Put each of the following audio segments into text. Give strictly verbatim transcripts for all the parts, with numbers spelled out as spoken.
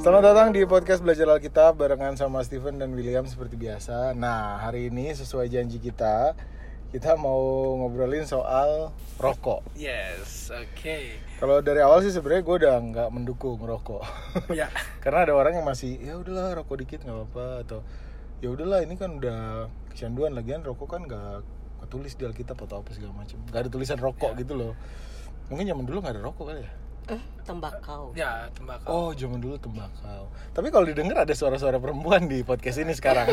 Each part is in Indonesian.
Selamat datang di podcast Belajar Alkitab barengan sama Steven dan William seperti biasa. Nah, hari ini sesuai janji kita, kita mau ngobrolin soal rokok. Yes, oke. Okay. Kalau dari awal sih sebenarnya gue udah nggak mendukung rokok. Ya. Karena ada orang yang masih, ya udahlah rokok dikit nggak apa-apa, atau ya udahlah ini kan udah kecanduan, lagian rokok kan nggak ketulis di Alkitab atau apa segala macam. Nggak ada tulisan rokok ya. Gitu loh. Mungkin zaman dulu nggak ada rokok kali ya. Eh, tembakau. Ya, tembakau. Oh, zaman dulu tembakau. Tapi kalau didengar ada suara-suara perempuan di podcast ini sekarang.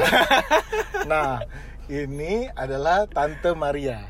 Nah, ini adalah Tante Maria.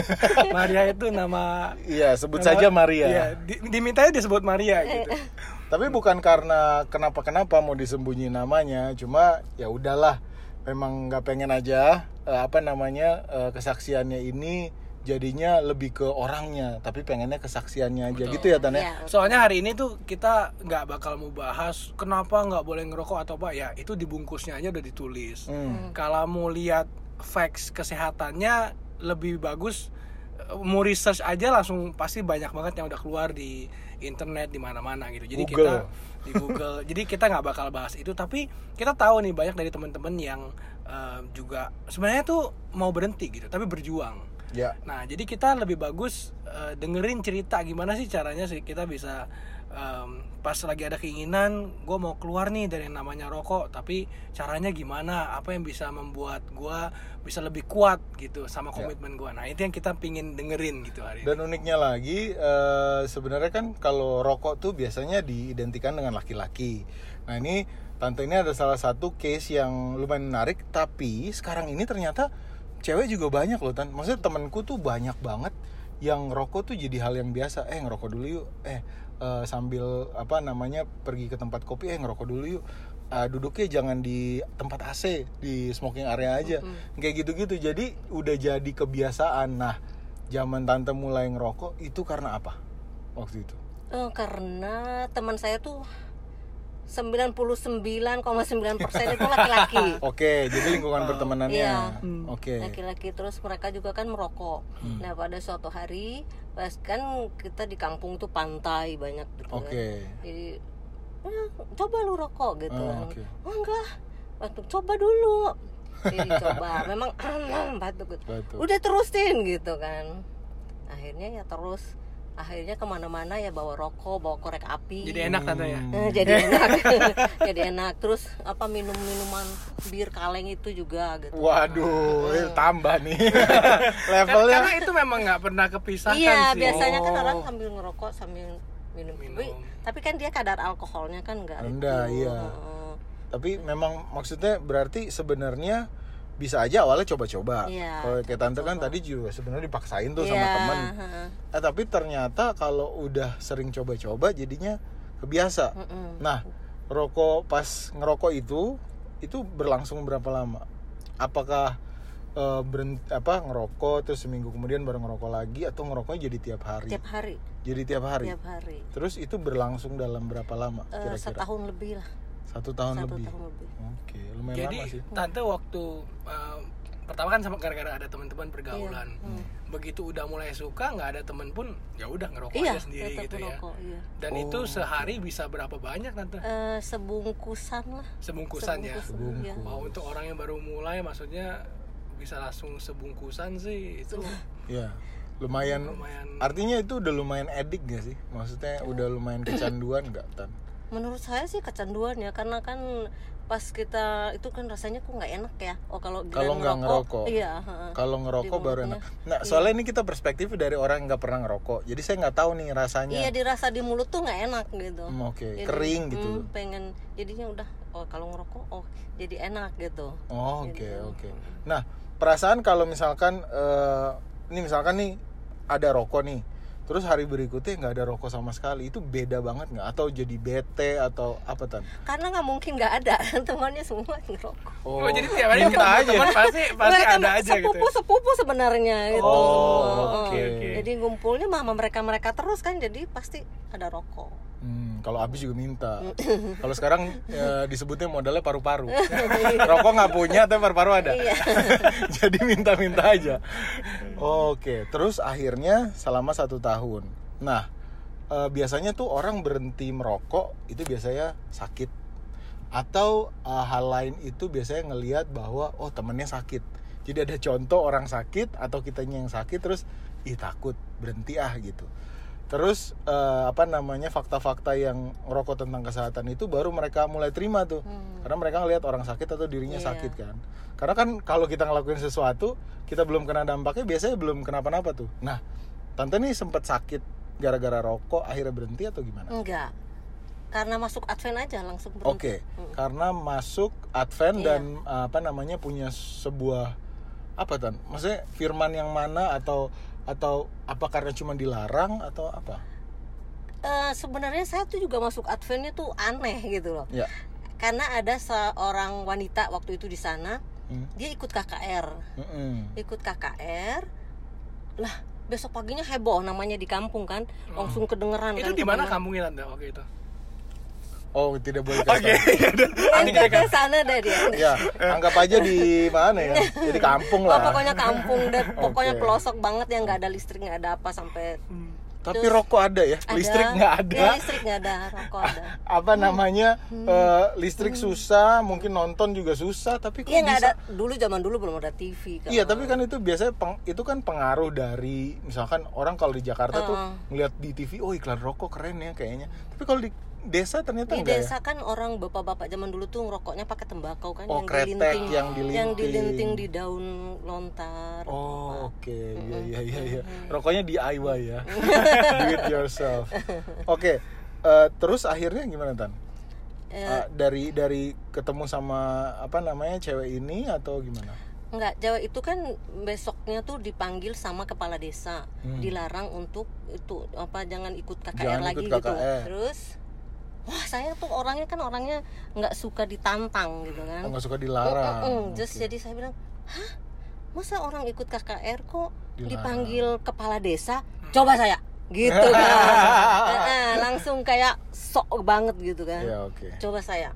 Maria itu nama. Iya, sebut nama, saja Maria. Iya, di, dimintanya disebut Maria gitu. Tapi bukan karena kenapa-kenapa mau disembunyi namanya, cuma ya udahlah. Memang nggak pengen aja eh, apa namanya eh, kesaksiannya ini jadinya lebih ke orangnya, tapi pengennya kesaksiannya aja. Betul. Gitu ya Tane? Ya. Soalnya hari ini tuh kita nggak bakal mau bahas kenapa nggak boleh ngerokok atau apa ya, itu dibungkusnya aja udah ditulis. Hmm. Kalau mau lihat facts kesehatannya lebih bagus, mau research aja langsung pasti banyak banget yang udah keluar di internet di mana-mana gitu. Jadi Google. kita di Google. Jadi kita nggak bakal bahas itu, tapi kita tahu nih banyak dari teman-teman yang uh, juga sebenarnya tuh mau berhenti gitu, tapi berjuang. Ya. Nah, jadi kita lebih bagus uh, dengerin cerita gimana sih caranya sih kita bisa um, pas lagi ada keinginan, gue mau keluar nih dari yang namanya rokok, tapi caranya gimana? Apa yang bisa membuat gue bisa lebih kuat gitu sama komitmen ya. gue. Nah, itu yang kita pingin dengerin gitu hari ini. Dan uniknya lagi, uh, sebenarnya kan kalau rokok tuh biasanya diidentikan dengan laki-laki. Nah, ini tante ini ada salah satu case yang lumayan menarik, tapi sekarang ini ternyata cewek juga banyak loh Tan. Maksudnya temanku tuh banyak banget yang rokok tuh jadi hal yang biasa. Eh ngerokok dulu yuk. Eh uh, sambil apa namanya pergi ke tempat kopi, eh ngerokok dulu yuk. Uh, duduknya jangan di tempat A C, di smoking area aja. Mm-hmm. Kayak gitu-gitu. Jadi udah jadi kebiasaan. Nah, zaman tante mulai ngerokok itu karena apa waktu itu? Oh, karena teman saya tuh sembilan puluh sembilan koma sembilan persen itu laki-laki. Oke, jadi lingkungan oh. pertemanannya. Iya. Hmm. Oke. Laki-laki, terus mereka juga kan merokok. Hmm. Nah, pada suatu hari pas kan kita di kampung tuh pantai banyak gitu kan. Oke. Jadi eh, coba lu rokok gitu oh, kan. Okay. Oh enggak. Waktu coba dulu. Jadi coba. Memang batuk gitu. Udah terusin gitu kan. Akhirnya ya terus akhirnya kemana-mana ya bawa rokok, bawa korek api. Jadi enak tante ya. Eh, jadi enak, jadi enak. Terus apa minum minuman bir kaleng itu juga gitu. Waduh, uh. tambah nih levelnya. Karena itu memang nggak pernah kepisahkan iya, sih. Iya, biasanya oh. kan orang sambil ngerokok sambil minum. minum. Tapi, tapi kan dia kadar alkoholnya kan nggak. Rendah, iya. Uh. Tapi memang maksudnya berarti sebenarnya bisa aja awalnya coba-coba. Iya, kalau kayak tante kan tadi juga sebenarnya dipaksain tuh iya, sama teman. Uh. Eh tapi ternyata kalau udah sering coba-coba jadinya kebiasa. Uh-uh. Nah, rokok pas ngerokok itu itu berlangsung berapa lama? Apakah uh, berhenti apa ngerokok terus seminggu kemudian baru ngerokok lagi atau ngerokoknya jadi tiap hari? Tiap hari. Jadi tiap hari. Tiap hari. Terus itu berlangsung dalam berapa lama uh, kira-kira? Setahun lebih lah. Satu tahun Satu lebih. Tahun lebih. Oke, lumayan jadi, lama sih. Jadi tante waktu uh, pertama kan sama gara-gara ada teman-teman pergaulan. Iya. Hmm. Begitu udah mulai suka, nggak ada temen pun, ya udah ngerokok iya, aja sendiri gitu ngerokok, ya. Iya. Dan oh. itu sehari bisa berapa banyak tante? Uh, sebungkusan lah. Sebungkusan, sebungkusan ya. Sebungkus. Ya. Wow, untuk orang yang baru mulai, maksudnya bisa langsung sebungkusan sih itu. Iya. Lumayan, lumayan. Artinya itu udah lumayan edik gak sih? Maksudnya udah lumayan kecanduan gak Tan? Menurut saya sih kecanduan ya, karena kan pas kita itu kan rasanya kok nggak enak ya. Oh kalau kalau nggak ngerokok, iya. Kalau ngerokok baru enak. Nah soalnya iya. Ini kita perspektif dari orang yang nggak pernah ngerokok, jadi saya nggak tahu nih rasanya. Iya, dirasa di mulut tuh nggak enak gitu. Hmm, Oke, okay. Kering gitu. Hmm, pengen jadinya udah. Oh kalau ngerokok, oh jadi enak gitu. Oh oke okay, oke. Okay. Nah perasaan kalau misalkan uh, ini misalkan nih ada rokok nih. Terus hari berikutnya nggak ada rokok sama sekali, itu beda banget nggak? Atau jadi bete atau apa Tan? Karena nggak mungkin nggak ada, temannya semua ngerokok. Oh, oh jadi tiap hari ketemu teman pasti pasti kan ada aja sepupu, gitu. Sepupu sebenarnya gitu. Oh, oke. Okay, okay. Jadi ngumpulnya sama mereka-mereka terus kan, jadi pasti ada rokok. Hmm, kalau habis juga minta. Kalau sekarang ya, disebutnya modalnya paru-paru. Rokok nggak punya, tapi paru-paru ada. Jadi minta-minta aja. Oke, terus akhirnya selama satu tahun. Nah, e, biasanya tuh orang berhenti merokok itu biasanya sakit Atau uh, hal lain itu biasanya ngelihat bahwa oh temennya sakit. Jadi ada contoh orang sakit atau kitanya yang sakit terus ih takut berhenti ah gitu. Terus uh, apa namanya fakta-fakta yang rokok tentang kesehatan itu baru mereka mulai terima tuh. Hmm. Karena mereka ngelihat orang sakit atau dirinya yeah. sakit kan. Karena kan kalau kita ngelakuin sesuatu kita belum kena dampaknya biasanya belum kenapa-napa tuh. Nah, tante nih sempat sakit gara-gara rokok akhirnya berhenti atau gimana? Enggak. Karena masuk Advent aja langsung berhenti. Oke. Okay. Hmm. Karena masuk Advent yeah. dan apa namanya punya sebuah apa tan? Maksudnya firman yang mana atau atau apa karena cuma dilarang atau apa? Uh, sebenarnya saya tuh juga masuk Adventnya tuh aneh gitu loh. Ya. Karena ada seorang wanita waktu itu di sana, hmm. dia ikut K K R, hmm. ikut K K R, lah besok paginya heboh namanya di kampung kan, hmm. langsung kedengeran. Itu kan, di mana kampungnya tante waktu itu? Oh tidak boleh kasih. Oke. Nanti ke sana deh dia. Ya, anggap aja di mana ya? Jadi kampung lah. Oh, pokoknya kampung dan pokoknya okay. pelosok banget yang nggak ada listrik, nggak ada apa sampai. Hmm. Tapi terus, rokok ada ya? Ada, listrik nggak ada. Ya, listrik nggak ada, rokok ada. Apa namanya? Hmm. Uh, listrik hmm. susah, mungkin nonton juga susah, tapi kok iya, bisa? Nggak ada. Dulu zaman dulu belum ada T V kan. Iya, tapi kan itu biasanya peng, itu kan pengaruh dari misalkan orang kalau di Jakarta uh. tuh ngeliat di T V, oh iklan rokok keren ya kayaknya. Tapi kalau di desa ternyata di enggak desa ya? Kan orang bapak-bapak zaman dulu tuh ngerokoknya pakai tembakau kan, oh, yang kretek, dilinting, yang dilinting, yang dilinting di daun lontar. Oh oke, okay. mm-hmm. ya ya ya. Rokoknya D I Y ya, do it yourself. Oke, okay. uh, terus akhirnya gimana Tan? Uh, uh, dari dari ketemu sama apa namanya cewek ini atau gimana? Enggak, cewek itu kan besoknya tuh dipanggil sama kepala desa, hmm. dilarang untuk itu apa jangan ikut K K R jangan lagi ikut K K R. Gitu. Terus wah saya tuh orangnya kan orangnya nggak suka ditantang gitu kan. Oh, nggak suka dilarang. Mm-mm. Terus okay. jadi saya bilang, hah, masa orang ikut K K R kok dilarang. Dipanggil kepala desa? Coba saya, gitu kan. nah, langsung kayak sok banget gitu kan. Yeah, okay. Coba saya.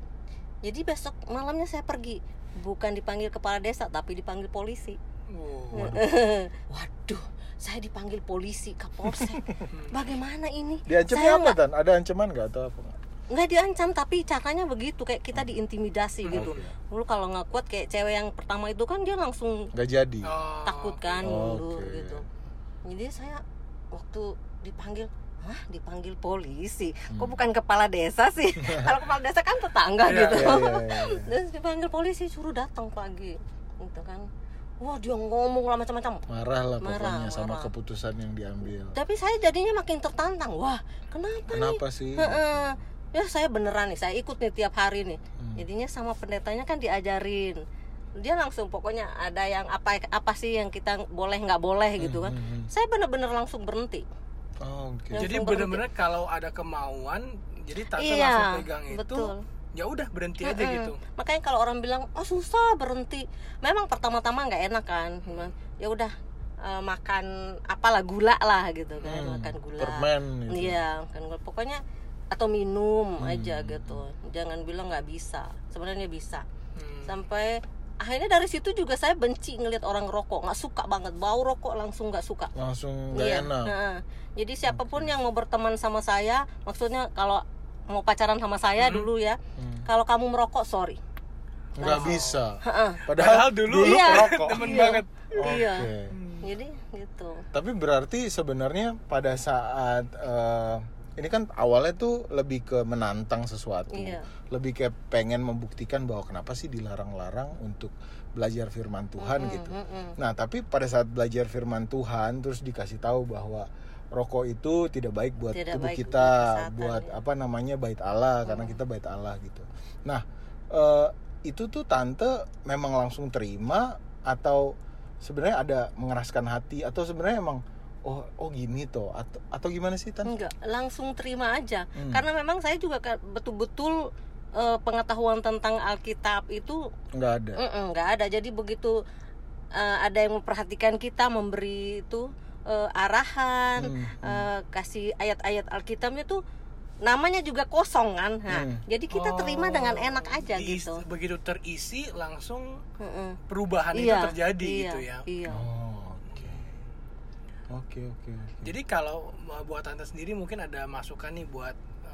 Jadi besok malamnya saya pergi, bukan dipanggil kepala desa tapi dipanggil polisi. Oh, waduh. waduh. Saya dipanggil polisi, Kapolsek. Bagaimana ini? Diancamnya apa Tan? Ada ancaman nggak atau apa? Nggak diancam, tapi caranya begitu, kayak kita diintimidasi gitu. Okay. Dulu kalau nggak kuat kayak cewek yang pertama itu kan dia langsung nggak jadi. Takut kan, oh, mundur okay. gitu. Jadi saya waktu dipanggil, hah dipanggil polisi? Hmm. Kok bukan kepala desa sih? Kalau kepala desa kan tetangga yeah, gitu. Yeah, yeah, yeah, yeah. Terus dipanggil polisi suruh datang pagi, gitu kan. Wah dia ngomong lah macam-macam. Marah lah marah, pokoknya sama marah. keputusan yang diambil. Tapi saya jadinya makin tertantang. Wah kenapa, kenapa nih? sih? He-he. Ya saya beneran nih, saya ikut nih tiap hari nih. Hmm. Jadinya sama pendetanya kan diajarin. Dia langsung pokoknya ada yang apa apa sih yang kita boleh nggak boleh gitu kan. Hmm. Saya bener-bener langsung berhenti. Oh, okay. Jadi bener-bener kalau ada kemauan, jadi tante iya, langsung pegang itu. Betul. Ya udah berhenti aja mm-hmm. gitu. Makanya kalau orang bilang oh susah berhenti, memang pertama-tama nggak enak kan. Ya udah uh, makan apalah gula lah gitu kan, hmm, makan gula. Permen. Iya, makan gula. Pokoknya atau minum hmm. aja gitu. Jangan bilang nggak bisa. Sebenarnya bisa. Hmm. Sampai akhirnya dari situ juga saya benci ngelihat orang rokok, nggak suka banget bau rokok, langsung nggak suka. Langsung nggak iya. enak. Nah, jadi siapapun okay. yang mau berteman sama saya, maksudnya kalau mau pacaran sama saya hmm. dulu ya, hmm. kalau kamu merokok sorry nggak bisa. Padahal, Padahal dulu, dulu iya. merokok temen iya. banget. Iya. Okay. Hmm. Jadi gitu. Tapi berarti sebenarnya pada saat uh, ini kan awalnya tuh lebih ke menantang sesuatu, iya. lebih kayak pengen membuktikan bahwa kenapa sih dilarang-larang untuk belajar firman Tuhan mm-hmm, gitu. Mm-hmm. Nah tapi pada saat belajar firman Tuhan terus dikasih tahu bahwa rokok itu tidak baik buat tidak tubuh baik kita, buat ya. apa namanya bait Allah, hmm. karena kita bait Allah gitu. Nah uh, itu tuh tante memang langsung terima atau sebenarnya ada mengeraskan hati atau sebenarnya emang oh oh gini toh atau atau gimana sih tante? Enggak, langsung terima aja. Hmm. Karena memang saya juga betul-betul uh, pengetahuan tentang Alkitab itu nggak ada. Nggak ada. Jadi begitu uh, ada yang memperhatikan kita, memberi itu Uh, arahan, hmm, uh, hmm. kasih ayat-ayat Alkitabnya tuh namanya juga kosong kan, nah, hmm. jadi kita terima oh, dengan enak aja diisi, gitu. Begitu terisi langsung uh-uh. perubahan iya, itu terjadi iya, gitu ya. Iya. Oh, oke, oke, oke. Jadi kalau buat tante sendiri mungkin ada masukan nih buat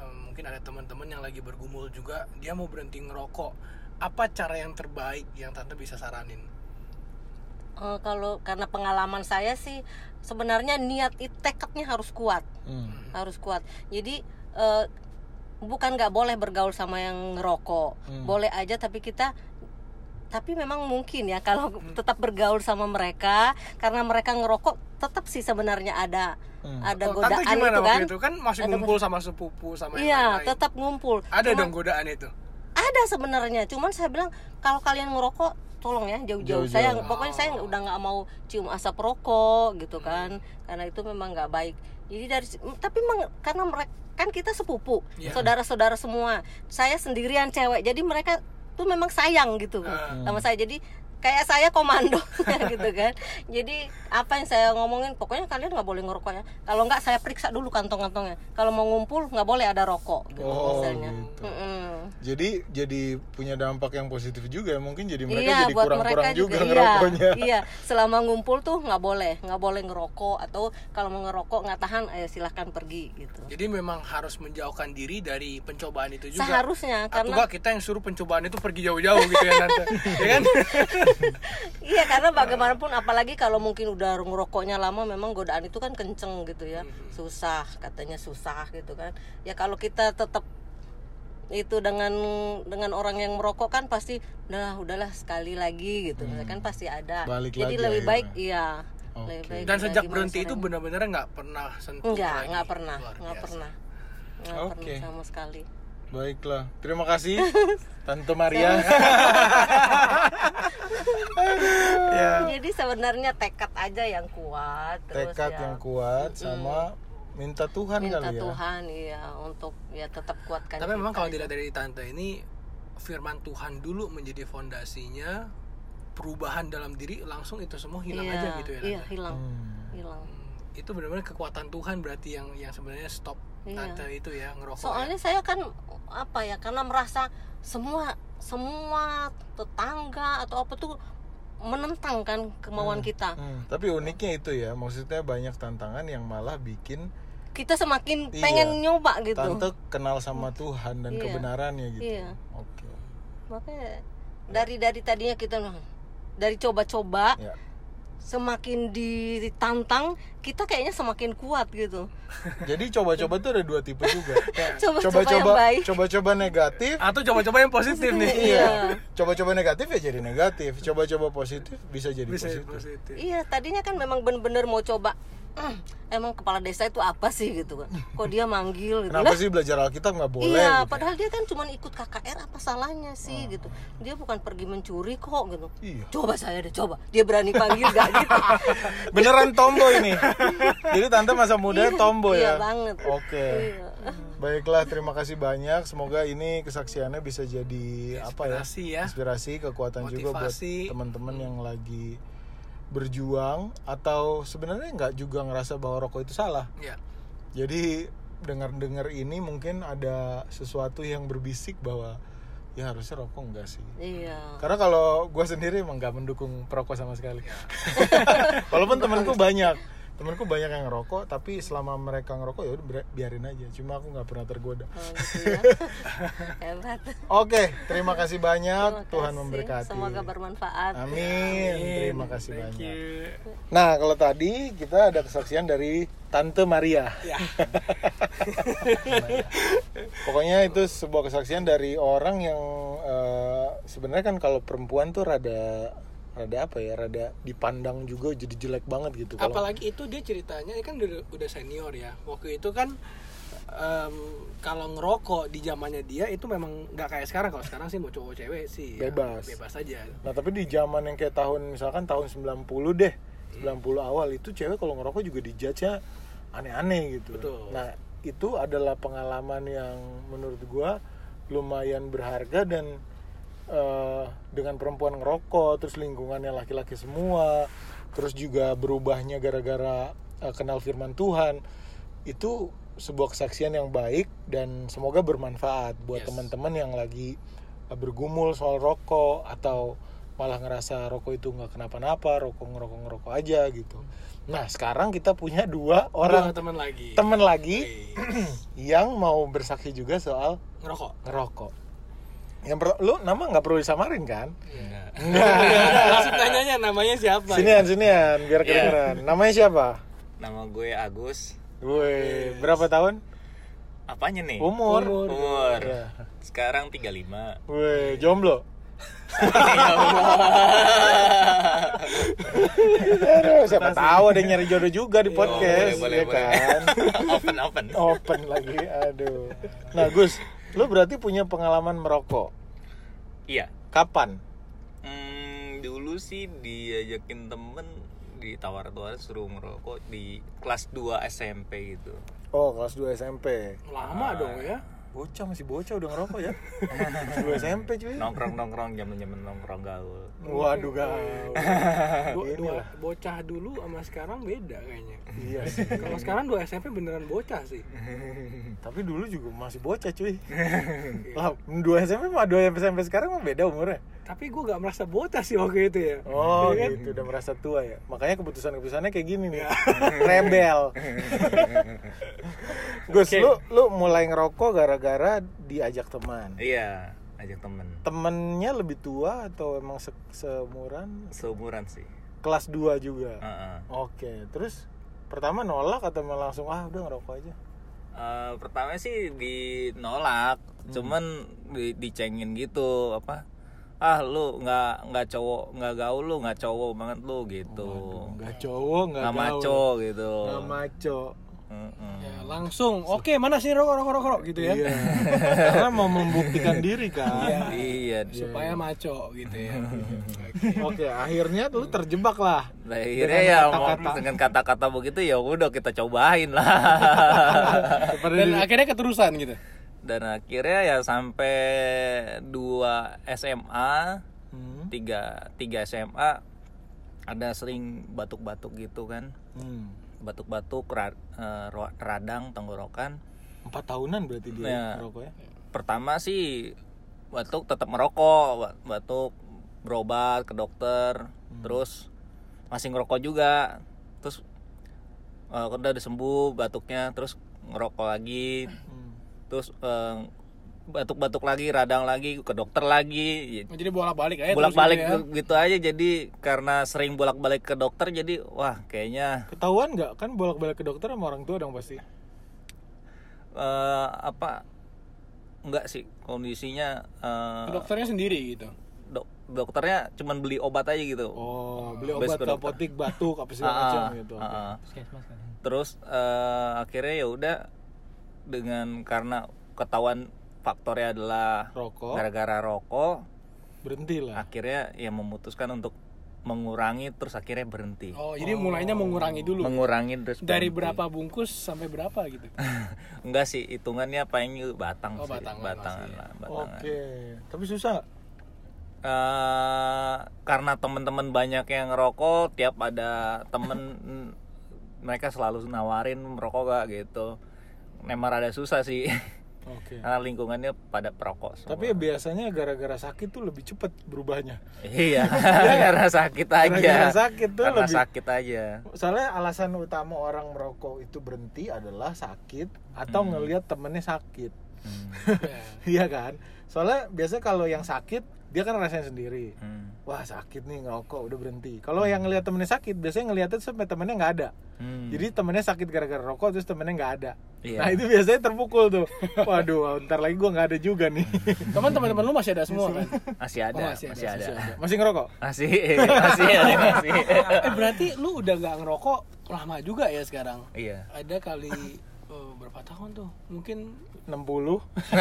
um, mungkin ada teman-teman yang lagi bergumul juga, dia mau berhenti ngerokok, apa cara yang terbaik yang tante bisa saranin? Uh, kalau karena pengalaman saya sih sebenarnya niat tekadnya harus kuat, hmm. harus kuat. Jadi uh, bukan nggak boleh bergaul sama yang ngerokok, hmm. boleh aja, tapi kita tapi memang mungkin ya kalau hmm. tetap bergaul sama mereka, karena mereka ngerokok tetap sih sebenarnya ada hmm. ada oh, godaan itu kan. Itu kan masih ada ngumpul sama sepupu sama yang iya, lain. Tetap ngumpul. Ada Cuman, dong godaan itu. Ada sebenarnya, cuman saya bilang kalau kalian ngerokok tolong ya jauh-jauh. Jauh-jauh. Saya pokoknya saya udah nggak mau cium asap rokok gitu kan, hmm. karena itu memang nggak baik. Jadi dari tapi memang karena mereka kan kita sepupu, yeah. saudara-saudara semua. Saya sendirian cewek, jadi mereka tuh memang sayang gitu hmm. sama saya. Jadi kayak saya komando gitu kan. Jadi apa yang saya ngomongin, pokoknya kalian nggak boleh ngerokok ya. Kalau nggak saya periksa dulu kantong-kantongnya. Kalau mau ngumpul nggak boleh ada rokok gitu, oh, misalnya. Gitu. Mm-mm. Jadi jadi punya dampak yang positif juga. Mungkin jadi mereka iya, jadi kurang-kurang juga, juga ngerokoknya. Iya, iya, selama ngumpul tuh nggak boleh, nggak boleh ngerokok, atau kalau mau ngerokok nggak tahan, ayo silahkan pergi gitu. Jadi memang harus menjauhkan diri dari pencobaan itu juga. Seharusnya, atau karena enggak kita yang suruh pencobaan itu pergi jauh-jauh gitu ya nanti, ya kan? Iya, karena bagaimanapun apalagi kalau mungkin udah ngerokoknya lama, memang godaan itu kan kenceng gitu ya, susah, katanya susah gitu kan. Ya kalau kita tetap itu dengan dengan orang yang merokok kan pasti udah udahlah sekali lagi gitu, hmm. kan pasti ada. Balik jadi lagi lebih ya, baik ya. iya. Okay. Lebih baik dan sejak berhenti itu benar-benar nggak pernah sentuh enggak, lagi. Nggak pernah, nggak pernah, nggak okay. pernah sama sekali. Baiklah, terima kasih Tante Maria. Ya. Jadi sebenarnya tekad aja yang kuat, terus tekad ya, yang kuat sama mm, minta Tuhan minta kali ya. Minta Tuhan iya untuk ya tetap kuatkan. Tapi memang kalau dilihat dari tante ini, firman Tuhan dulu menjadi fondasinya, perubahan dalam diri langsung itu semua hilang iya, aja gitu ya. Iya, hilang. Hmm. Hilang. Hmm, itu benar-benar kekuatan Tuhan berarti yang yang sebenarnya stop iya. tante itu ya ngerokok. Soalnya ya. saya kan apa ya, karena merasa semua semua tetangga atau apa tuh menentang kan kemauan hmm, kita. Hmm. Tapi uniknya itu ya, maksudnya banyak tantangan yang malah bikin kita semakin iya, pengen nyoba gitu. Tante kenal sama Tuhan dan iya, kebenarannya gitu. Iya. Oke. Okay. Makanya dari dari tadinya kita dari coba-coba, ya. Semakin ditantang kita kayaknya semakin kuat gitu. Jadi coba-coba tuh ada dua tipe juga. Coba-coba coba-coba negatif atau coba-coba yang positif nih. Iya. Coba-coba negatif ya jadi negatif. Coba-coba positif bisa jadi bisa positif. positif. Iya, tadinya kan memang bener-bener mau coba. Hmm, emang kepala desa itu apa sih gitu kan? Kok dia manggil gitu? Kenapa lah, sih belajar Alkitab nggak boleh? Iya, gitu. Padahal dia kan cuma ikut K K R, apa salahnya sih oh. gitu? Dia bukan pergi mencuri kok gitu. Iya. Coba saya deh, coba. Dia berani panggil gak gitu? Beneran tomboy ini. Jadi tante masa muda tomboy iya, ya. Iya banget. Oke. Okay. Iya. Baiklah, terima kasih banyak. Semoga ini kesaksiannya bisa jadi inspirasi apa ya? ya? Inspirasi, kekuatan motivasi. Juga buat teman-teman yang lagi berjuang atau sebenarnya nggak juga ngerasa bahwa rokok itu salah. Ya. Jadi dengar-dengar ini mungkin ada sesuatu yang berbisik bahwa ya harusnya rokok enggak sih. Iya. Karena kalau gue sendiri emang nggak mendukung perokok sama sekali. Ya. Walaupun temanku banyak, temanku banyak yang ngerokok, tapi selama mereka ngerokok ya udah biarin aja. Cuma aku nggak pernah tergoda. Oh, gitu ya. Hebat. Oke, terima kasih banyak. Terima Tuhan kasih. memberkati. Semoga bermanfaat. Amin. Amin. Terima kasih Thank banyak. You. Nah, kalau tadi kita ada kesaksian dari Tante Maria. Ya. Pokoknya itu sebuah kesaksian dari orang yang uh, sebenarnya kan kalau perempuan tuh rada rada apa ya, rada dipandang juga jadi jelek banget gitu. Apalagi itu dia ceritanya kan udah, udah senior ya. Waktu itu kan um, kalau ngerokok di zamannya dia itu memang nggak kayak sekarang. Kalau sekarang sih mau cowok cewek sih bebas, ya, bebas aja. Nah tapi di zaman yang kayak tahun misalkan tahun sembilan puluh deh, sembilan puluh awal itu cewek kalau ngerokok juga dijudge-nya aneh-aneh gitu. Betul. Nah itu adalah pengalaman yang menurut gua lumayan berharga dan Uh, dengan perempuan ngerokok, terus lingkungannya laki-laki semua, terus juga berubahnya gara-gara uh, kenal firman Tuhan, itu sebuah kesaksian yang baik dan semoga bermanfaat buat yes. teman-teman yang lagi uh, bergumul soal rokok atau malah ngerasa rokok itu nggak kenapa-napa, rokok ngerokok-ngerokok aja gitu. Nah sekarang kita punya dua orang teman lagi teman lagi yang mau bersaksi juga soal ngerokok ngerokok. Yang per- lu nama nggak perlu disamarin kan? Enggak. Nggak. Langsung tanyanya namanya siapa? Sinian sinian biar kedengeran. Namanya siapa? Nama gue Agus. Gue berapa tahun? Apanya nih? Umur. Umur. Umur. Ya. Sekarang tiga puluh lima. Gue jomblo. Ya Aduh, siapa tahu ada yang nyari jodoh juga di podcast, boleh, ya boleh, kan? open open. Open lagi, aduh. Nah Gus, lu berarti punya pengalaman merokok. Iya. Kapan? Hmm, dulu sih diajakin temen, ditawar-tawar suruh merokok di kelas dua S M P gitu. Oh, kelas dua S M P. Lama dong ya. Bocah masih bocah udah ngerokok ya. Kelas dua S M P cuy. Nongkrong-nongkrong zaman-zaman nongkrong gaul. Waduh gaul. Bo- Ini dua, lah. bocah dulu sama sekarang beda kayaknya. Iya sih. Kalau sekarang dua S M P beneran bocah sih. Tapi dulu juga masih bocah cuy. Lah, dua S M P sama dua S M P sekarang mah beda umurnya. Tapi gue gak merasa bocah sih waktu itu ya. Oh Iya kan? gitu, udah merasa tua ya. Makanya keputusan-keputusannya kayak gini nih. Rebel. Gus, Oke. lu lu mulai ngerokok gara-gara diajak teman. Iya, ajak temen. Temennya lebih tua atau emang se- seumuran? Seumuran sih. Kelas dua juga. Heeh. Oke, terus pertama nolak atau malah langsung ah udah ngerokok aja? Eh, pertama sih dinolak, cuman di, dicengin gitu apa? Ah lu nggak nggak cowok nggak gaul lu nggak cowok banget lu gitu. Enggak cowok, enggak Nggak maco gitu. Enggak maco. Mm-mm. Ya, langsung. Oke, mana sih rokok rokok rokok gitu ya. Iya. Karena mau membuktikan diri kan. Iya. Supaya maco gitu ya. Oke, akhirnya tuh terjebak lah. Nah, akhirnya Dengan ya mau kata-kata. dengan kata-kata begitu ya udah kita cobain lah. Dan akhirnya keterusan gitu. Dan akhirnya ya sampai dua S M A, Hmm. tiga tiga S M A ada sering batuk-batuk gitu kan. Hmm. Batuk-batuk, ra- eh, ro- radang tenggorokan. Empat tahunan berarti dia Ya. ngerokok ya? Pertama sih batuk tetap merokok, ba- batuk berobat ke dokter, terus masih ngerokok juga. Terus eh, udah udah sembuh batuknya, terus ngerokok lagi. Hmm. Terus eh, batuk-batuk lagi, radang lagi, ke dokter lagi. Jadi bolak-balik aja. Bolak-balik terus gitu ya. gitu aja. Jadi karena sering bolak-balik ke dokter, jadi wah kayaknya Ketahuan nggak kan bolak-balik ke dokter sama orang tua dong pasti? eh, apa enggak sih kondisinya eh, Ke dokternya sendiri gitu. dok- dokternya cuman beli obat aja gitu. Oh, beli Best obat ke ke dokter. apotik batuk apa segala Ah, macam ah, gitu. ah, ah. Terus eh, akhirnya ya udah dengan karena ketahuan faktornya adalah Rokok, gara-gara rokok, berhenti lah. akhirnya ya memutuskan untuk mengurangi terus akhirnya berhenti. Oh, jadi mulainya mengurangi dulu. Mengurangi terus Dari berhenti. berapa bungkus sampai berapa gitu. Enggak sih, hitungannya paling batang Oh, sih, batangan batangan masih. lah, batangan. Oke, tapi susah nggak? Eh, karena teman-teman banyak yang ngerokok, tiap ada temen mm, mereka selalu nawarin merokok gak gitu. Memang rada susah sih. Oke. Karena lingkungannya pada perokok semua. Tapi ya biasanya gara-gara sakit tuh lebih cepet berubahnya. Iya, karena sakit aja. Gara-gara sakit tuh Karena lebih. sakit aja. Soalnya alasan utama orang merokok itu berhenti adalah sakit atau Hmm. ngelihat temennya sakit. Hmm. Ya. Iya kan? Soalnya biasanya kalau yang sakit dia kan rasain sendiri. Hmm. Wah sakit nih ngerokok udah berhenti. Kalau yang ngelihat temennya sakit biasanya ngelihatnya sampai temennya nggak ada. Hmm. Jadi temennya sakit gara-gara rokok terus temennya nggak ada. Iya. Nah itu biasanya terpukul tuh. Waduh, ntar lagi gua nggak ada juga nih. Teman-teman lu masih ada semua kan? masih ada, Oh, masih, masih ada, ada. Masih ngerokok? Masih, masih ada, masih. Eh berarti lu udah nggak ngerokok lama juga ya sekarang? Iya. Ada kali eh, berapa tahun tuh? Mungkin enam puluh.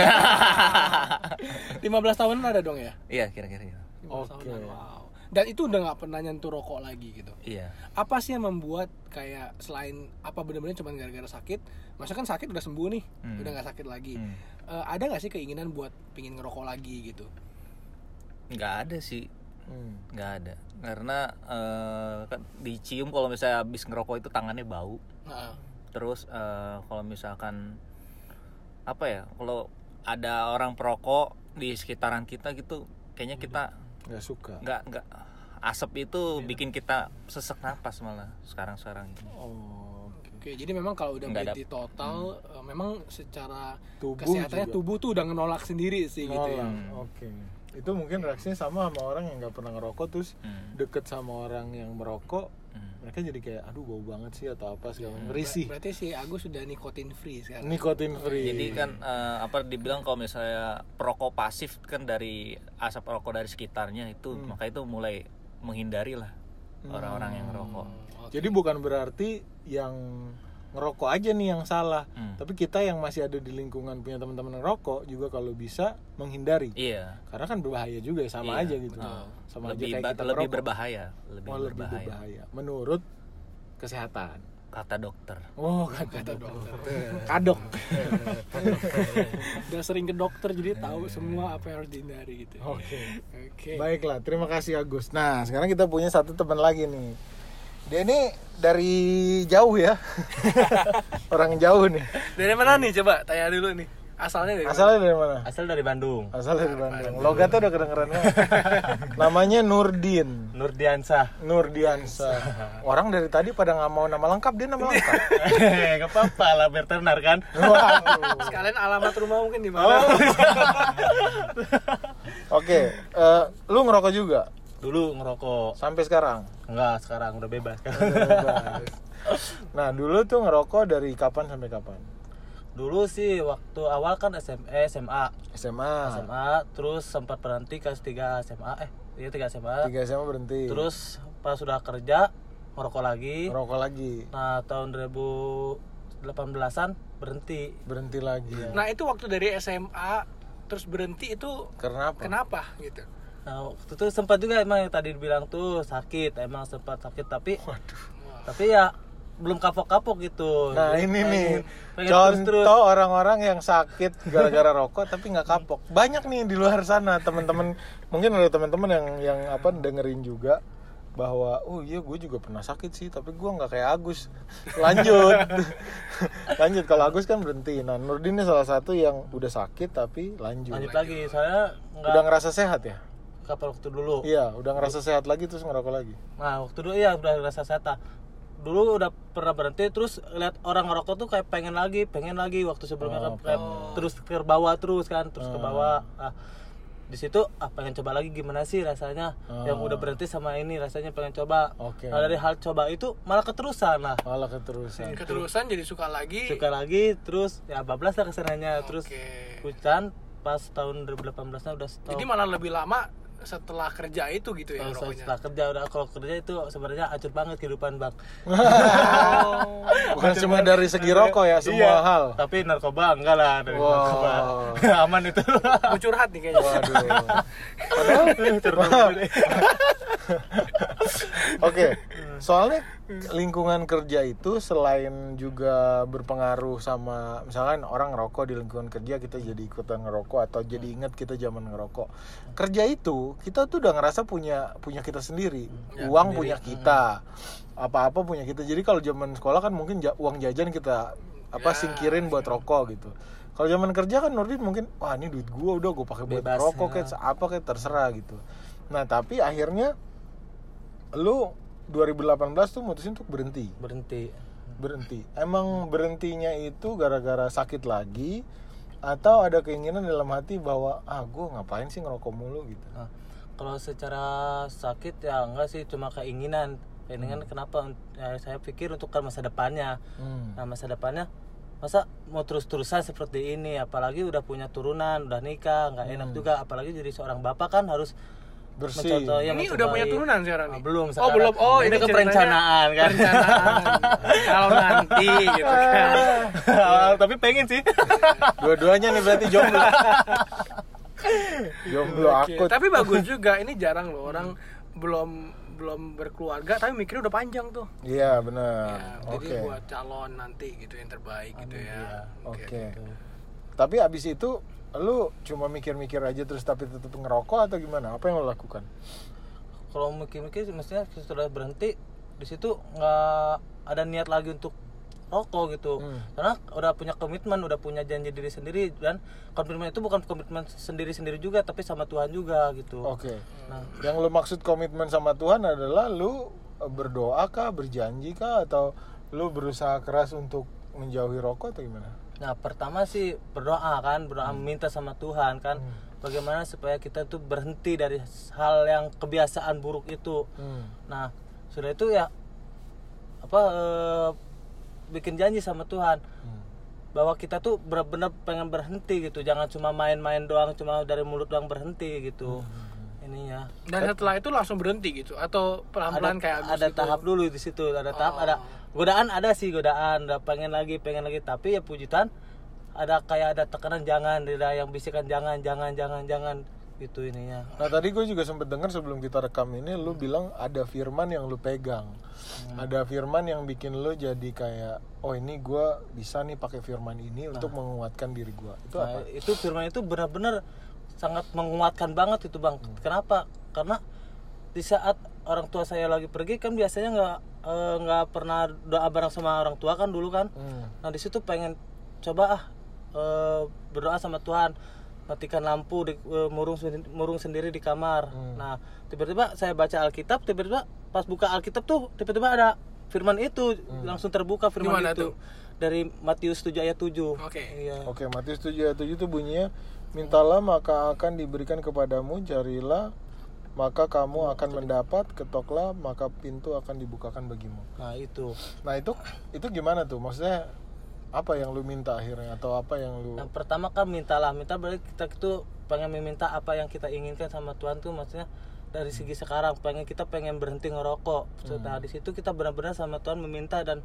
lima belas tahunan ada dong ya? Iya, kira-kira gitu. lima belas Oke. tahunan, wow. Dan itu udah nggak pernah nyentuh rokok lagi gitu. Iya. Apa sih yang membuat kayak selain apa benar-benar cuma gara-gara sakit? Masa kan sakit udah sembuh nih, Hmm. udah nggak sakit lagi. Hmm. Eh, ada nggak sih keinginan buat pingin ngerokok lagi gitu? Nggak ada sih. Hmm. Nggak ada, karena eh, kan dicium kalau misalnya habis ngerokok itu tangannya bau. Nah, Terus eh, kalau misalkan apa ya, kalau ada orang perokok di sekitaran kita gitu, kayaknya kita Nggak suka. nggak nggak asap itu bikin kita sesek napas malah sekarang-sekarang ini. Oh, oke. Oke, jadi memang kalau udah Nggak berhenti total, eh, memang secara Tubuh kesehatannya juga. tubuh tuh udah nolak sendiri sih gitu ya. Nolak. Oke. Itu mungkin reaksinya sama sama orang yang nggak pernah ngerokok terus Hmm. deket sama orang yang merokok, Hmm. mereka jadi kayak aduh bau banget sih atau apa segala macam. Ber- Risih. Berarti si Agus sudah nikotin free sekarang. Nikotin free. Jadi kan eh, apa dibilang kalau misalnya perokok pasif kan dari asap rokok dari sekitarnya itu, Hmm. maka itu mulai menghindari lah orang-orang yang ngerokok. Jadi bukan berarti yang ngerokok aja nih yang salah, Hmm. tapi kita yang masih ada di lingkungan punya teman-teman ngerokok juga kalau bisa menghindari. Iya. Karena kan berbahaya juga ya, sama Iya, aja gitu. betul. Sama lebih aja kayak ba- kita lebih merokok. berbahaya, lebih Oh, lebih berbahaya. berbahaya. Menurut kesehatan. Kata dokter. Oh, kata Kata dokter. dokter. Kadok. Udah sering ke dokter jadi tahu semua apa yang harus dihindari gitu. Oke. Oke. Baiklah, terima kasih Agus. Nah, sekarang kita punya satu teman lagi nih. Dia ini dari jauh ya. Orang jauh nih. Dari mana nih coba tanya dulu nih. Asalnya dari Asalnya dari mana? Asal dari Bandung. Asalnya dari Bandung. Logatnya udah kedengeran banget. Namanya Nurdin. Nurdiansah. Nurdiansa. Orang dari tadi pada nggak mau nama lengkap, dia nama lengkap. Gak apa-apa lah biar tenar kan. Waduh. Sekalian alamat rumah mungkin di mana? Oh. Oke, eh, lu ngerokok juga Dulu ngerokok. sampai sekarang? Enggak, sekarang udah bebas. Bebas. Nah, dulu tuh ngerokok dari kapan sampai kapan? Dulu sih waktu awal kan S M A, S M A. S M A. S M A, terus sempat berhenti kelas tiga S M A. Eh, iya tiga S M A. Tiga S M A berhenti. Terus pas sudah kerja ngerokok lagi. ngerokok lagi. Nah, tahun dua ribu delapan belasan berhenti. Berhenti lagi. Nah, itu waktu dari S M A terus berhenti itu Karena apa? kenapa gitu? Nah, waktu itu sempat juga emang yang tadi dibilang tuh sakit, emang sempat sakit tapi Waduh. tapi ya belum kapok-kapok gitu. Nah, Jadi ini pengen- nih pengen contoh terus-terus. orang-orang yang sakit gara-gara rokok tapi nggak kapok. Banyak nih di luar sana teman-teman, mungkin ada teman-teman yang yang apa dengerin juga bahwa oh iya gue juga pernah sakit sih tapi gue nggak kayak Agus. Lanjut. Lanjut kalau Agus kan berhenti. Nah, Nurdin ini salah satu yang udah sakit tapi lanjut. Lanjut lagi, saya Udah nggak ngerasa sehat ya? kapal waktu dulu. Iya, udah ngerasa sehat lagi terus ngerokok lagi. Nah, waktu dulu ya udah rasa sehat. Dulu udah pernah berhenti terus lihat orang ngerokok tuh kayak pengen lagi, pengen lagi waktu sebelumnya Oh, kan kayak terus ke bawah terus kan, terus ke bawah. Ah, di situ ah pengen coba lagi gimana sih rasanya. Oh. Yang udah berhenti sama ini rasanya pengen coba. Oke. Nah, dari hal coba itu malah keterusan lah. Malah keterusan. Keterusan jadi suka lagi. Suka lagi terus ya bablas lah kesananya terus Oke. hujan pas tahun dua ribu delapan belas udah stop. Jadi malah lebih lama setelah kerja itu gitu ya Kalau rokoknya. setelah kerja udah kalau kerja itu sebenarnya hancur banget kehidupan bang. Bukan cuma dari segi rokok ya, semua Iya, hal. tapi narkoba enggak lah dari Wow. narkoba. Aman itu. Mau curhat nih kayaknya. Waduh. Padahal Oke, soalnya lingkungan kerja itu selain juga berpengaruh sama misalkan orang ngerokok di lingkungan kerja kita jadi ikutan ngerokok atau jadi ingat kita zaman ngerokok. Kerja itu kita tuh udah ngerasa punya punya kita sendiri. Uang punya kita. Apa-apa punya kita. Jadi kalau zaman sekolah kan mungkin ja- uang jajan kita apa Ya, singkirin buat rokok gitu. Kalau zaman kerja kan Nurdin mungkin wah ini duit gua udah gua pakai buat Bebas, rokok ya. kayak apa kayak terserah gitu. Nah, tapi akhirnya lu dua ribu delapan belas tuh mutusin untuk berhenti. Berhenti. Berhenti. Emang berhentinya itu gara-gara sakit lagi atau ada keinginan dalam hati bahwa ah gua ngapain sih ngerokok mulu gitu. Nah, kalau secara sakit ya enggak sih cuma keinginan. Keinginan kenapa? Ya, saya pikir untuk kan masa depannya. Hmm. Nah, masa depannya masa mau terus-terusan seperti ini apalagi udah punya turunan, udah nikah, nggak enak juga apalagi jadi seorang bapak kan harus Bersih. mencontoh- ya, Ini mencobai- udah punya turunan sekarang nih? Ah, belum Oh, sekarang. belum. Oh, ini ini ke ceritanya perencanaan kan. Perencanaan. Kalau nanti gitu kan. Tapi pengen sih. Dua-duanya nih berarti jomblo. Jomblo Oke, akut. tapi bagus juga. Ini jarang loh orang belum belum berkeluarga tapi mikirnya udah panjang tuh. Iya, benar. Ya, Oke. Jadi buat calon nanti gitu yang terbaik gitu ya. Oke. Tapi abis itu lu cuma mikir-mikir aja terus tapi tetap ngerokok atau gimana? Apa yang lu lakukan? Kalau mikir-mikir mestinya sudah berhenti di situ nggak ada niat lagi untuk rokok gitu. Hmm. Karena udah punya komitmen, udah punya janji diri sendiri, dan komitmen itu bukan komitmen sendiri-sendiri juga tapi sama Tuhan juga gitu. Oke. Nah, Yang lu maksud komitmen sama Tuhan adalah lu berdoa kah, berjanji kah, atau lu berusaha keras untuk menjauhi rokok atau gimana? Nah, pertama sih berdoa kan, berdoa minta sama Tuhan kan, Hmm. bagaimana supaya kita tuh berhenti dari hal yang kebiasaan buruk itu. Hmm. Nah, sudah itu ya apa eh, bikin janji sama Tuhan Hmm. bahwa kita tuh benar-benar pengen berhenti gitu, jangan cuma main-main doang, cuma dari mulut doang berhenti gitu. Ininya. Dan setelah itu langsung berhenti gitu atau pelan-pelan ada, kayak Agus ada gitu? tahap dulu di situ, ada tahap, Oh. ada godaan, ada sih godaan, udah pengen lagi, pengen lagi, tapi ya puji Tuhan ada kayak ada tekanan jangan, ada yang bisikan jangan, jangan, jangan, jangan gitu ininya. Nah tadi gue juga sempet dengar sebelum kita rekam ini lu bilang ada firman yang lu pegang, ada firman yang bikin lu jadi kayak oh ini gue bisa nih pakai firman ini untuk menguatkan diri gue. Itu Nah, apa? itu firman itu benar-benar sangat menguatkan banget itu bang. Kenapa? Karena di saat orang tua saya lagi pergi kan biasanya nggak eh, nggak pernah doa bareng sama orang tua kan dulu kan. Hmm. Nah di situ pengen coba ah eh, berdoa sama Tuhan, matikan lampu, di, eh, murung sen- murung sendiri di kamar. Hmm. Nah tiba-tiba saya baca Alkitab, tiba-tiba pas buka Alkitab tuh tiba-tiba ada firman itu langsung terbuka firman Di mana itu tuh? dari Matius tujuh ayat tujuh. Oke. Iya. Oke, Matius tujuh ayat tujuh itu bunyinya, mintalah maka akan diberikan kepadamu, carilah maka kamu akan mendapat, ketoklah maka pintu akan dibukakan bagimu. Nah itu. Nah itu itu gimana tuh? Maksudnya apa yang lu minta akhirnya atau apa yang lu? Yang pertama kan mintalah, minta berarti kita itu pengen meminta apa yang kita inginkan sama Tuhan tuh, maksudnya dari segi sekarang pengen kita pengen berhenti ngerokok. Nah di situ kita benar-benar sama Tuhan meminta dan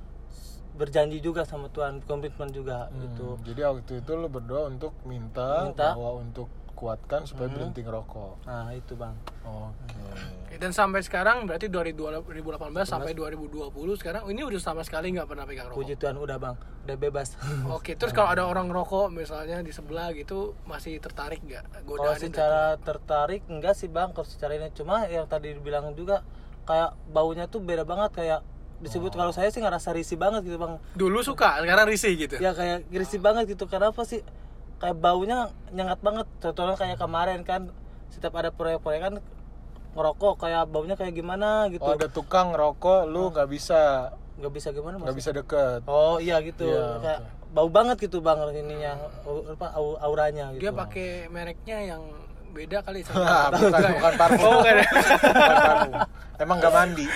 berjanji juga sama Tuhan, komitmen juga Hmm, gitu. Jadi waktu itu lu berdoa untuk minta, Minta. bahwa untuk kuatkan supaya berhenti ngerokok. Nah itu bang. Oke. Oke, dan sampai sekarang berarti dari dua ribu delapan belas sampai dua ribu dua puluh sekarang ini udah sama sekali nggak pernah pegang rokok. Puji Tuhan udah bang, udah bebas. Oke, terus kalau ada orang ngerokok misalnya di sebelah gitu masih tertarik nggak Kalau godaan itu? secara tertarik enggak sih bang, kalau secara ini cuma yang tadi dibilang juga kayak baunya tuh beda banget, kayak disebut kalau saya sih ngerasa risih banget gitu bang. Dulu suka, sekarang risih gitu. Ya kayak risih banget gitu, karena apa sih, kayak baunya nyengat banget. Contohnya kayak kemarin kan setiap ada proyek-proyek kan ngerokok kayak baunya kayak gimana gitu. Oh ada tukang ngerokok, lu nggak bisa Nggak bisa gimana nggak maksudnya? bisa deket. Oh iya gitu, Iya, kayak bau banget gitu bang ininya, au- apa au- auranya gitu. Dia pakai mereknya yang beda kali Ah, sama bukan bukan parfum. Oh, bukan ya? Bukan parfum. Emang nggak mandi.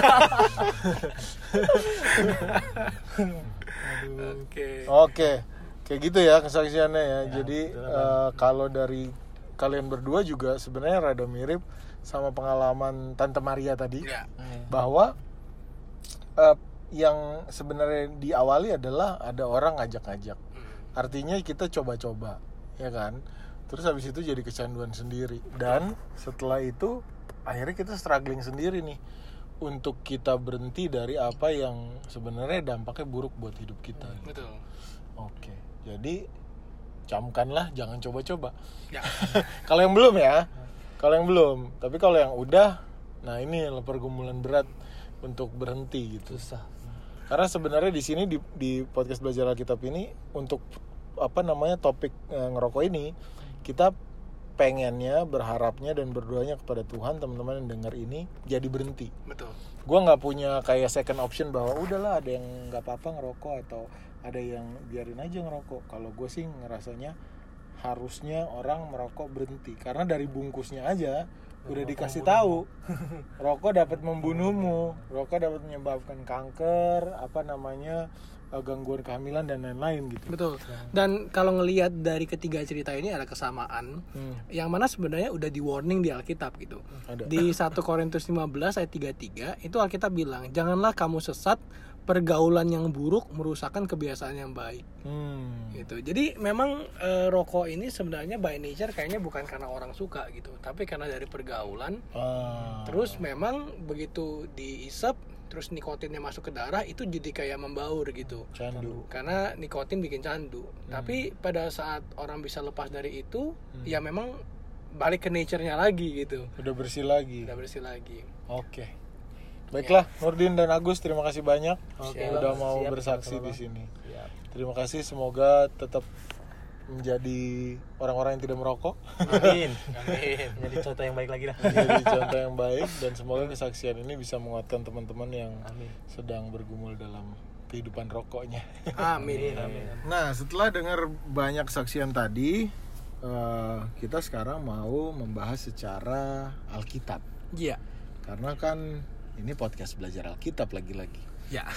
Oke. Oke, kayak gitu ya kesaksiannya ya. Jadi eh, kalau dari kalian berdua juga sebenarnya rada mirip sama pengalaman Tante Maria tadi, Ya. bahwa eh, yang sebenarnya diawali adalah ada orang ngajak-ngajak. Artinya kita coba-coba, ya kan? Terus habis itu jadi kecanduan sendiri. Dan setelah itu akhirnya kita struggling sendiri nih untuk kita berhenti dari apa yang sebenarnya dampaknya buruk buat hidup kita. Betul. Oke, jadi camkanlah, jangan coba-coba. Ya. Kalau yang belum ya, kalau yang belum. Tapi kalau yang udah, nah ini pergumulan berat untuk berhenti gitu. Susah. Karena sebenarnya di sini di, di podcast Belajar Alkitab ini untuk apa namanya topik e, ngerokok ini, kita pengennya, berharapnya dan berdoanya kepada Tuhan teman-teman yang dengar ini jadi berhenti. Betul. Gua nggak punya kayak second option bahwa udahlah ada yang nggak apa-apa ngerokok atau ada yang biarin aja ngerokok. Kalau gue sih ngerasanya harusnya orang merokok berhenti karena dari bungkusnya aja udah dikasih tahu rokok dapat membunuhmu, rokok dapat menyebabkan kanker, apa namanya eh, gangguan kehamilan dan lain-lain gitu. Betul. Dan kalau ngelihat dari ketiga cerita ini ada kesamaan, Hmm. yang mana sebenarnya udah di warning di Alkitab gitu. Ada. Di satu Korintus lima belas ayat tiga puluh tiga itu Alkitab bilang, janganlah kamu sesat, pergaulan yang buruk merusakkan kebiasaan yang baik. Hmm. Gitu. Jadi memang e, rokok ini sebenarnya by nature kayaknya bukan karena orang suka gitu, tapi karena dari pergaulan. Ah. Terus memang begitu diisep, terus nikotinnya masuk ke darah itu jadi kayak membaur gitu. Candu. Karena nikotin bikin candu. Hmm. Tapi pada saat orang bisa lepas dari itu, ya memang balik ke nature-nya lagi gitu. Udah bersih lagi. Udah bersih lagi. Oke. Baiklah, Nurdin dan Agus, terima kasih banyak Oke, udah Bang. mau Siap, bersaksi sama-sama. di sini. Siap. Terima kasih, semoga tetap menjadi orang-orang yang tidak merokok. Amin. Amin. Jadi contoh yang baik lagi dah. Menjadi contoh yang baik, dan semoga kesaksian ini bisa menguatkan teman-teman yang Amin. sedang bergumul dalam kehidupan rokoknya. Amin. Amin. Nah, setelah dengar banyak saksian tadi, eh, kita sekarang mau membahas secara Alkitab. Iya. Karena kan ini podcast belajar Alkitab lagi-lagi. Ya.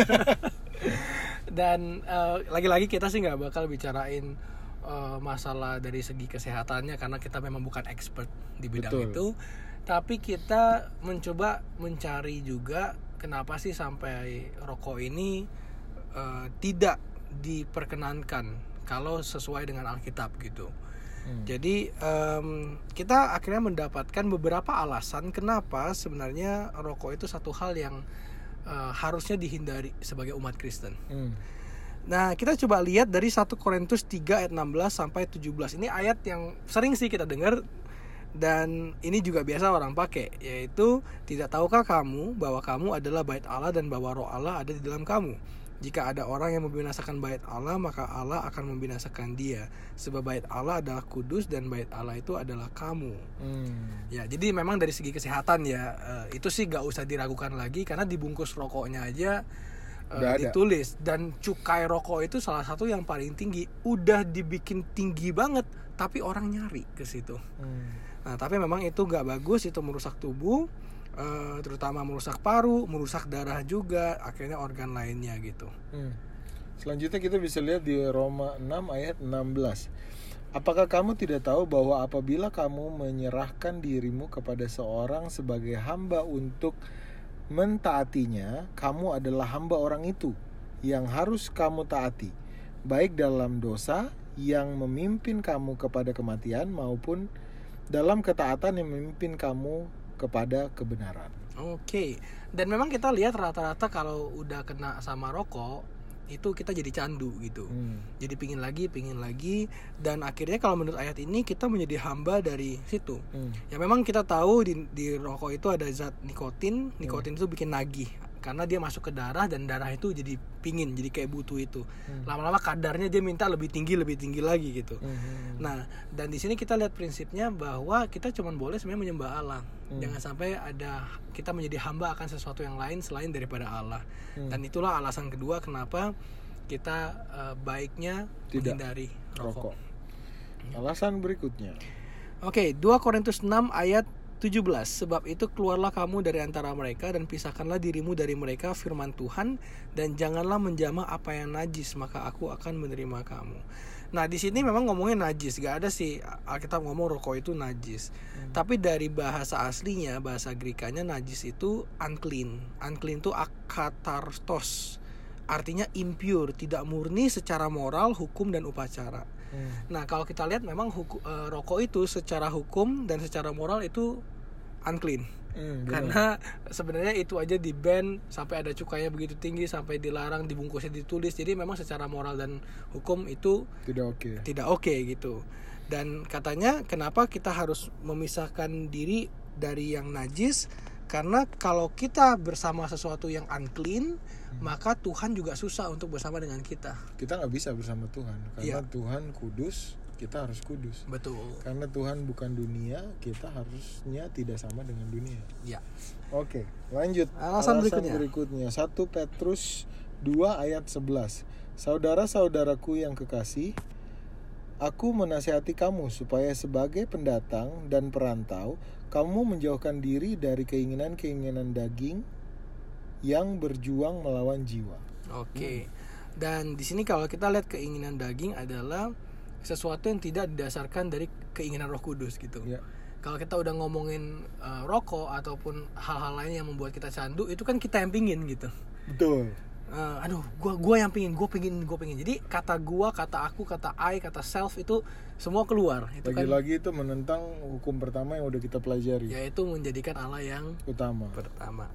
Dan eh, lagi-lagi kita sih nggak bakal bicarain eh, masalah dari segi kesehatannya karena kita memang bukan expert di bidang Betul. itu. Tapi kita mencoba mencari juga kenapa sih sampai rokok ini eh, tidak diperkenankan kalau sesuai dengan Alkitab gitu. Hmm. Jadi em, kita akhirnya mendapatkan beberapa alasan kenapa sebenarnya rokok itu satu hal yang eh, harusnya dihindari sebagai umat Kristen. Hmm. Nah, kita coba lihat dari satu Korintus tiga ayat enam belas sampai tujuh belas. Ini ayat yang sering sih kita dengar dan ini juga biasa orang pakai, yaitu tidak tahukah kamu bahwa kamu adalah bait Allah dan bahwa Roh Allah ada di dalam kamu. Jika ada orang yang membinasakan bait Allah, maka Allah akan membinasakan dia. Sebab bait Allah adalah kudus dan bait Allah itu adalah kamu. Hmm. Ya, jadi memang dari segi kesehatan ya eh, itu sih gak usah diragukan lagi karena dibungkus rokoknya aja eh, Udah ada. ditulis, dan cukai rokok itu salah satu yang paling tinggi, udah dibikin tinggi banget tapi orang nyari ke situ. Hmm. Nah, tapi memang itu gak bagus, itu merusak tubuh, eh, terutama merusak paru, merusak darah juga, akhirnya organ lainnya gitu. Hmm. Selanjutnya kita bisa lihat di Roma enam ayat enam belas. Apakah kamu tidak tahu bahwa apabila kamu menyerahkan dirimu kepada seorang sebagai hamba untuk mentaatinya, kamu adalah hamba orang itu yang harus kamu taati, baik dalam dosa yang memimpin kamu kepada kematian maupun dalam ketaatan yang memimpin kamu kepada kebenaran. Oke, dan memang kita lihat rata-rata kalau udah kena sama rokok itu kita jadi candu gitu. Hmm. Jadi pingin lagi, pingin lagi, dan akhirnya kalau menurut ayat ini kita menjadi hamba dari situ. Hmm. Ya memang kita tahu di, di rokok itu ada zat nikotin. Nikotin itu bikin nagih karena dia masuk ke darah dan darah itu jadi pingin, jadi kayak butuh itu. Lama-lama kadarnya dia minta lebih tinggi, lebih tinggi lagi gitu. Hmm. Nah, dan di sini kita lihat prinsipnya bahwa kita cuma boleh sebenarnya menyembah Allah. Hmm. Jangan sampai ada kita menjadi hamba akan sesuatu yang lain selain daripada Allah. Hmm. Dan itulah alasan kedua kenapa kita uh, baiknya Tidak menghindari rokok. Rokok. Alasan berikutnya. Oke, dua Korintus enam ayat tujuh belas. Sebab itu keluarlah kamu dari antara mereka dan pisahkanlah dirimu dari mereka, firman Tuhan, dan janganlah menjamah apa yang najis, maka aku akan menerima kamu. Nah, di sini memang ngomongin najis, gak ada sih Alkitab ngomong rokok itu najis. Hmm. Tapi dari bahasa aslinya, bahasa Grekanya, najis itu unclean. Unclean itu akatartos. Artinya impure, tidak murni secara moral, hukum, dan upacara. Hmm. Nah, kalau kita lihat memang huku, uh, rokok itu secara hukum dan secara moral itu unclean. Hmm, karena sebenarnya itu aja di ban, sampai ada cukainya begitu tinggi, sampai dilarang, dibungkusnya ditulis. Jadi memang secara moral dan hukum itu tidak oke. Tidak oke gitu. Dan katanya kenapa kita harus memisahkan diri dari yang najis? Karena kalau kita bersama sesuatu yang unclean, hmm. maka Tuhan juga susah untuk bersama dengan kita. Kita nggak bisa bersama Tuhan karena ya. Tuhan kudus, kita harus kudus. Betul. Karena Tuhan bukan dunia, kita harusnya tidak sama dengan dunia. Ya. Oke, lanjut. Alasan, Alasan berikutnya. berikutnya satu Petrus dua ayat sebelas. Saudara-saudaraku yang kekasih, aku menasihati kamu supaya sebagai pendatang dan perantau, kamu menjauhkan diri dari keinginan-keinginan daging yang berjuang melawan jiwa. Oke. Hmm. Dan di sini kalau kita lihat keinginan daging adalah sesuatu yang tidak didasarkan dari keinginan Roh Kudus gitu. Ya. Kalau kita udah ngomongin uh, rokok ataupun hal-hal lain yang membuat kita candu, itu kan kita yang pingin gitu. Betul. Uh, aduh, gua gua yang pingin, gua pingin, gua pingin. Jadi kata gua, kata aku, kata I, kata self itu semua keluar. Itu Lagi-lagi kan, itu menentang hukum pertama yang udah kita pelajari. yaitu menjadikan Allah yang utama. pertama.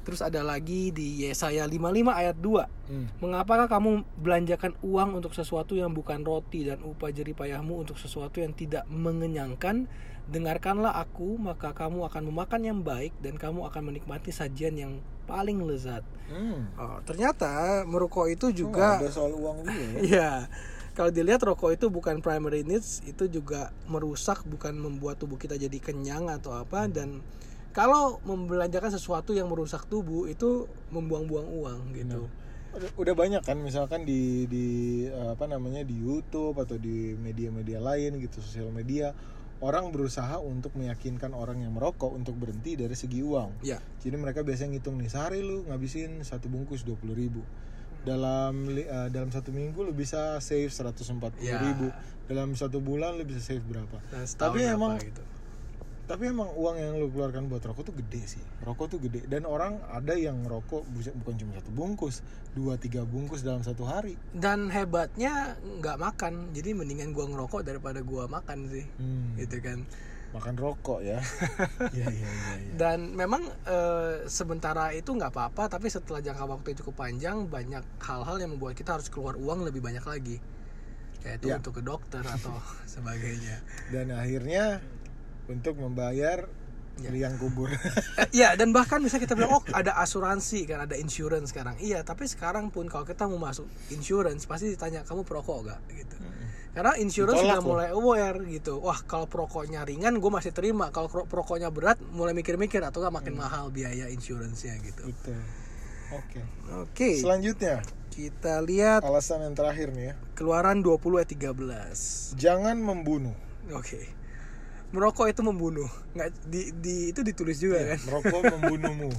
Terus ada lagi di Yesaya lima puluh lima ayat dua. Hmm. Mengapakah kamu belanjakan uang untuk sesuatu yang bukan roti dan upah jerih payahmu untuk sesuatu yang tidak mengenyangkan? Dengarkanlah aku, maka kamu akan memakan yang baik dan kamu akan menikmati sajian yang paling lezat. Hmm. Oh, ternyata merokok itu Oh, juga ada soal uang juga ya. Iya. Kalau dilihat rokok itu bukan primary needs, itu juga merusak, bukan membuat tubuh kita jadi kenyang atau apa. Dan kalau membelanjakan sesuatu yang merusak tubuh itu membuang-buang uang gitu. Udah, udah banyak kan misalkan di di apa namanya di YouTube atau di media-media lain gitu, sosial media, orang berusaha untuk meyakinkan orang yang merokok untuk berhenti dari segi uang. Ya. Jadi mereka biasanya ngitung nih, sehari lu ngabisin satu bungkus dua puluh ribu. Dalam uh, dalam satu minggu lu bisa save seratus empat puluh ribu. Dalam satu bulan lu bisa save berapa. Nah, tapi emang gitu. Tapi emang uang yang lu keluarkan buat rokok tuh gede sih. Rokok tuh gede. Dan orang ada yang rokok bukan cuma satu bungkus, dua tiga bungkus dalam satu hari. Dan hebatnya nggak makan, jadi mendingan gua ngerokok daripada gua makan sih, hmm. gitu kan. Makan rokok ya. Iya iya iya. Ya. Dan memang e, sementara itu nggak apa-apa, tapi setelah jangka waktu yang cukup panjang, banyak hal-hal yang membuat kita harus keluar uang lebih banyak lagi, kayak itu ya. Untuk ke dokter atau sebagainya. Dan akhirnya untuk membayar ya. Liang kubur. Ya, dan bahkan bisa kita bilang, oh ada asuransi kan, ada insurance sekarang. Iya, tapi sekarang pun kalau kita mau masuk insurance pasti ditanya, kamu perokok gak? Gitu. Hmm. Karena insurance sudah mulai aware gitu. Wah, kalau perokoknya ringan gue masih terima. Kalau perokoknya berat mulai mikir-mikir atau gak makin hmm. mahal biaya insurance-nya gitu. Betul. Oke. Okay. Oke. Okay. Selanjutnya kita lihat alasan yang terakhir nih ya. Keluaran dua puluh ayat tiga belas. Jangan membunuh. Oke. Okay. Merokok itu membunuh, nggak di, di itu ditulis juga ya, kan? Merokok membunuhmu.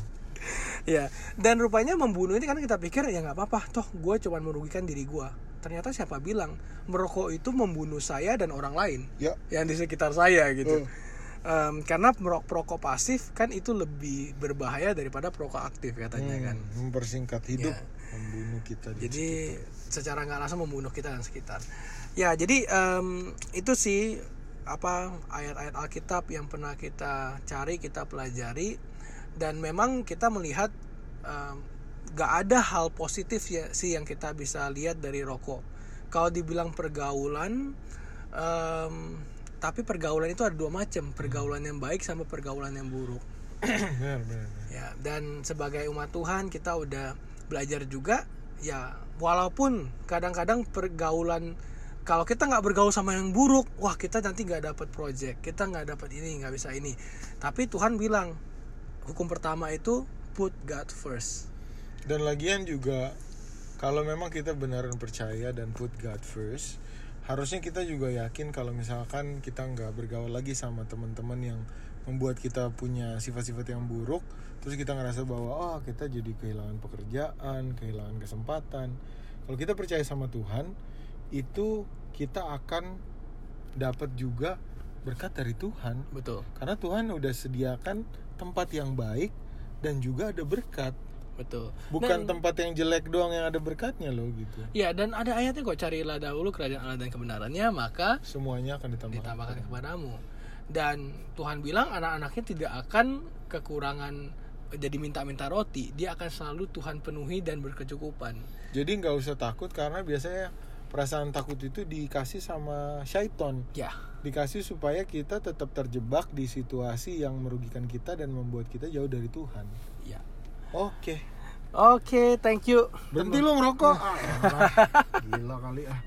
Ya, dan rupanya membunuh ini kan kita pikir ya nggak apa-apa, toh gue cuma merugikan diri gue. Ternyata siapa bilang merokok itu membunuh saya dan orang lain, ya. Yang di sekitar saya gitu. Uh. Um, karena perokok pasif kan itu lebih berbahaya daripada perokok aktif katanya hmm, kan. Mempersingkat hidup, ya. Membunuh kita. Di jadi sekitar. Secara nggak langsung membunuh kita dan sekitar. Ya, jadi um, itu sih. Apa ayat-ayat Alkitab yang pernah kita cari, kita pelajari, dan memang kita melihat um, gak ada hal positif ya sih yang kita bisa lihat dari rokok. Kalau dibilang pergaulan, um, tapi pergaulan itu ada dua macam, pergaulan yang baik sama pergaulan yang buruk. benar, benar. Ya, dan sebagai umat Tuhan kita udah belajar juga ya, walaupun kadang-kadang pergaulan, kalau kita nggak bergaul sama yang buruk, wah kita nanti nggak dapat project, kita nggak dapat ini, nggak bisa ini. Tapi Tuhan bilang hukum pertama itu put God first. Dan lagian juga kalau memang kita beneran percaya dan put God first, harusnya kita juga yakin kalau misalkan kita nggak bergaul lagi sama teman-teman yang membuat kita punya sifat-sifat yang buruk, terus kita ngerasa bahwa oh kita jadi kehilangan pekerjaan, kehilangan kesempatan. Kalau kita percaya sama Tuhan, itu kita akan dapat juga berkat dari Tuhan. Betul. Karena Tuhan udah sediakan tempat yang baik dan juga ada berkat. Betul. Bukan dan, tempat yang jelek doang yang ada berkatnya loh gitu. Ya, dan ada ayatnya kok, carilah dahulu kerajaan Allah dan kebenarannya, maka semuanya akan ditambahkan, ditambahkan kepadamu. Dan Tuhan bilang anak-anaknya tidak akan kekurangan jadi minta-minta roti. Dia akan selalu Tuhan penuhi dan berkecukupan. Jadi nggak usah takut, karena biasanya perasaan takut itu dikasih sama syaiton. Ya. Dikasih supaya kita tetap terjebak di situasi yang merugikan kita dan membuat kita jauh dari Tuhan. Ya. Oke. Oke, thank you. Berhenti lo merokok. Ah, gila kali ah.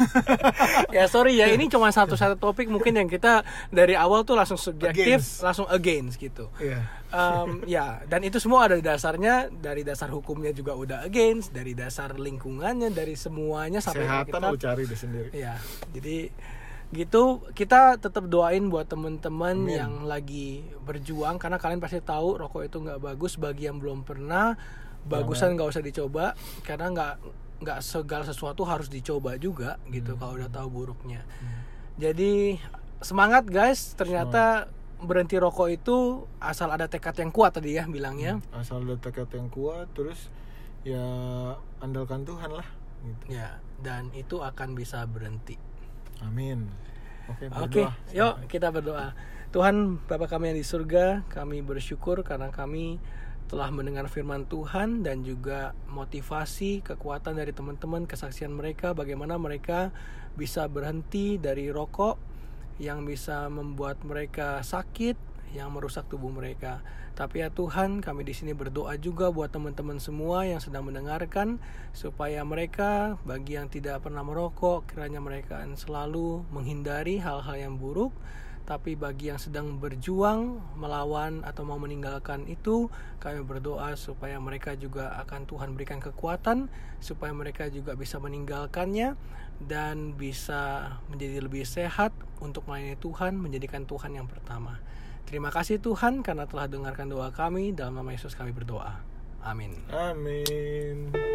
Ya sorry ya, ini cuma satu-satu topik mungkin yang kita dari awal tuh langsung subjektif, against. langsung against gitu. Iya. Um, ya, dan itu semua ada dasarnya, dari dasar hukumnya juga udah against, dari dasar lingkungannya, dari semuanya sampai kesehatan kita. Lo cari deh sendiri. Ya, jadi gitu, kita tetap doain buat teman-teman yang lagi berjuang, karena kalian pasti tahu rokok itu nggak bagus. Bagi yang belum pernah, bagusan nggak usah dicoba, karena nggak nggak segala sesuatu harus dicoba juga gitu. Hmm. Kalau udah tahu buruknya. Hmm. Jadi semangat guys, ternyata semangat. Berhenti rokok itu asal ada tekad yang kuat tadi ya bilangnya. Hmm. Asal ada tekad yang kuat, terus ya andalkan Tuhan lah. Gitu. Ya, dan itu akan bisa berhenti. Amin. Oke, Oke, yuk kita berdoa. Tuhan Bapa kami yang di surga, kami bersyukur karena kami telah mendengar firman Tuhan dan juga motivasi, kekuatan dari teman-teman, kesaksian mereka, bagaimana mereka bisa berhenti dari rokok yang bisa membuat mereka sakit, yang merusak tubuh mereka. Tapi ya Tuhan, kami di sini berdoa juga buat teman-teman semua yang sedang mendengarkan, supaya mereka, bagi yang tidak pernah merokok, kiranya mereka selalu menghindari hal-hal yang buruk. Tapi bagi yang sedang berjuang melawan atau mau meninggalkan itu, kami berdoa supaya mereka juga akan Tuhan berikan kekuatan, supaya mereka juga bisa meninggalkannya dan bisa menjadi lebih sehat untuk melayani Tuhan, menjadikan Tuhan yang pertama. Terima kasih Tuhan karena telah dengarkan doa kami. Dalam nama Yesus kami berdoa. Amin. Amin.